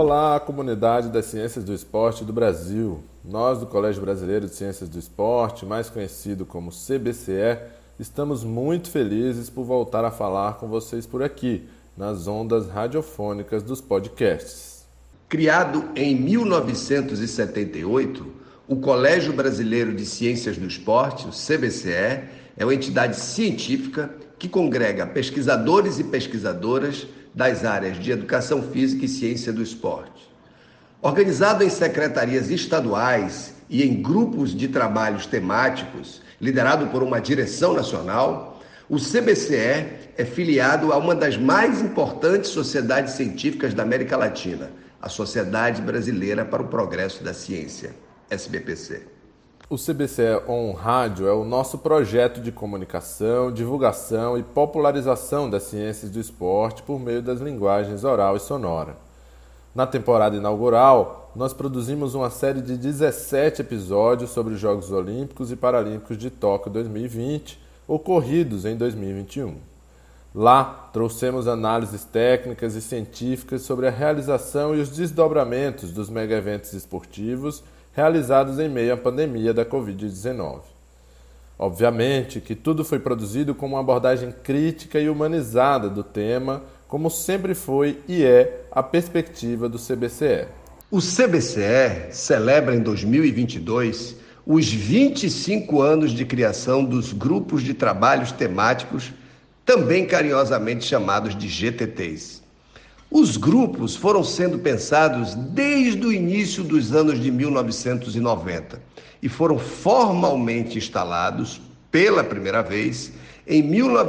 Olá, comunidade das Ciências do Esporte do Brasil. Nós, do Colégio Brasileiro de Ciências do Esporte, mais conhecido como CBCE, estamos muito felizes por voltar a falar com vocês por aqui, nas ondas radiofônicas dos podcasts. Criado em 1978, o Colégio Brasileiro de Ciências do Esporte, o CBCE, é uma entidade científica que congrega pesquisadores e pesquisadoras das áreas de Educação Física e Ciência do Esporte. Organizado em secretarias estaduais e em grupos de trabalhos temáticos, liderado por uma direção nacional, o CBCE é filiado a uma das mais importantes sociedades científicas da América Latina, a Sociedade Brasileira para o Progresso da Ciência, SBPC. O CBCE On Rádio é o nosso projeto de comunicação, divulgação e popularização das ciências do esporte por meio das linguagens oral e sonora. Na temporada inaugural, nós produzimos uma série de 17 episódios sobre os Jogos Olímpicos e Paralímpicos de Tóquio 2020, ocorridos em 2021. Lá, trouxemos análises técnicas e científicas sobre a realização e os desdobramentos dos mega-eventos esportivos realizados em meio à pandemia da Covid-19. Obviamente que tudo foi produzido com uma abordagem crítica e humanizada do tema, como sempre foi e é a perspectiva do CBCE. O CBCE celebra em 2022 os 25 anos de criação dos grupos de trabalhos temáticos, também carinhosamente chamados de GTTs. Os grupos foram sendo pensados desde o início dos anos de 1990 e foram formalmente instalados pela primeira vez em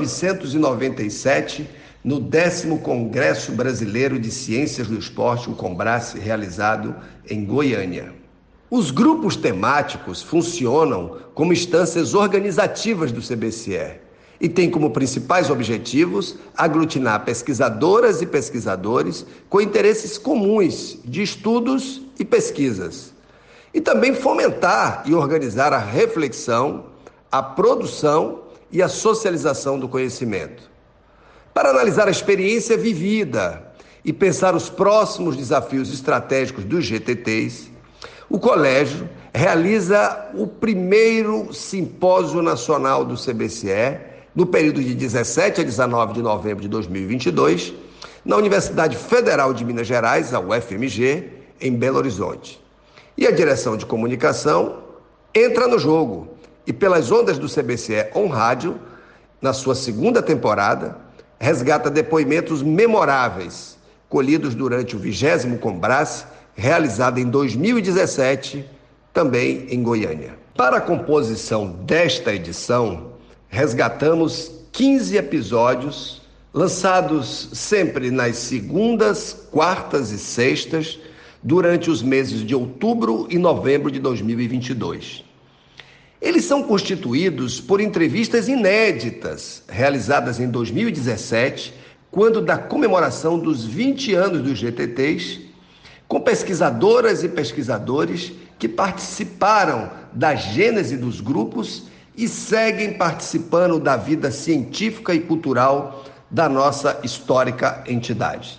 1997 no 10º Congresso Brasileiro de Ciências do Esporte, o CONBRACE, realizado em Goiânia. Os grupos temáticos funcionam como instâncias organizativas do CBCE e tem como principais objetivos aglutinar pesquisadoras e pesquisadores com interesses comuns de estudos e pesquisas. E também fomentar e organizar a reflexão, a produção e a socialização do conhecimento. Para analisar a experiência vivida e pensar os próximos desafios estratégicos dos GTTs, o Colégio realiza o primeiro Simpósio Nacional do CBCE, no período de 17 a 19 de novembro de 2022, na Universidade Federal de Minas Gerais, a UFMG, em Belo Horizonte. E a direção de comunicação entra no jogo e, pelas ondas do CBCE On Rádio, na sua segunda temporada, resgata depoimentos memoráveis, colhidos durante o 20º CONBRACE, realizado em 2017, também em Goiânia. Para a composição desta edição, resgatamos 15 episódios, lançados sempre nas segundas, quartas e sextas, durante os meses de outubro e novembro de 2022. Eles são constituídos por entrevistas inéditas, realizadas em 2017, quando da comemoração dos 20 anos dos GTTs, com pesquisadoras e pesquisadores que participaram da gênese dos grupos e seguem participando da vida científica e cultural da nossa histórica entidade.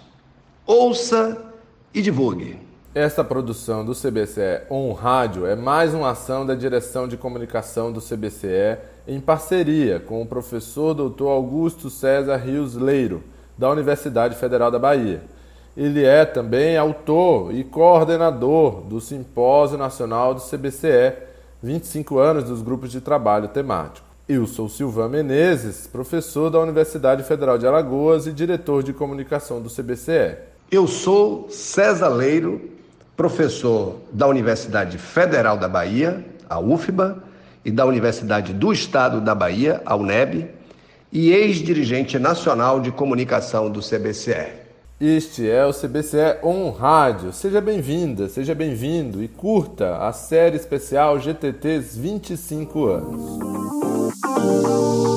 Ouça e divulgue. Esta produção do CBCE On Rádio é mais uma ação da Direção de Comunicação do CBCE em parceria com o professor Dr. Augusto César Rios Leiro, da Universidade Federal da Bahia. Ele é também autor e coordenador do Simpósio Nacional do CBCE, 25 anos dos grupos de trabalho temático. Eu sou Silvan Menezes, professor da Universidade Federal de Alagoas e diretor de comunicação do CBCE. Eu sou César Leiro, professor da Universidade Federal da Bahia, a UFBA, e da Universidade do Estado da Bahia, a UNEB, e ex-dirigente nacional de comunicação do CBCE. Este é o CBCE On Rádio. Seja bem-vinda, seja bem-vindo e curta a série especial GTTs 25 anos.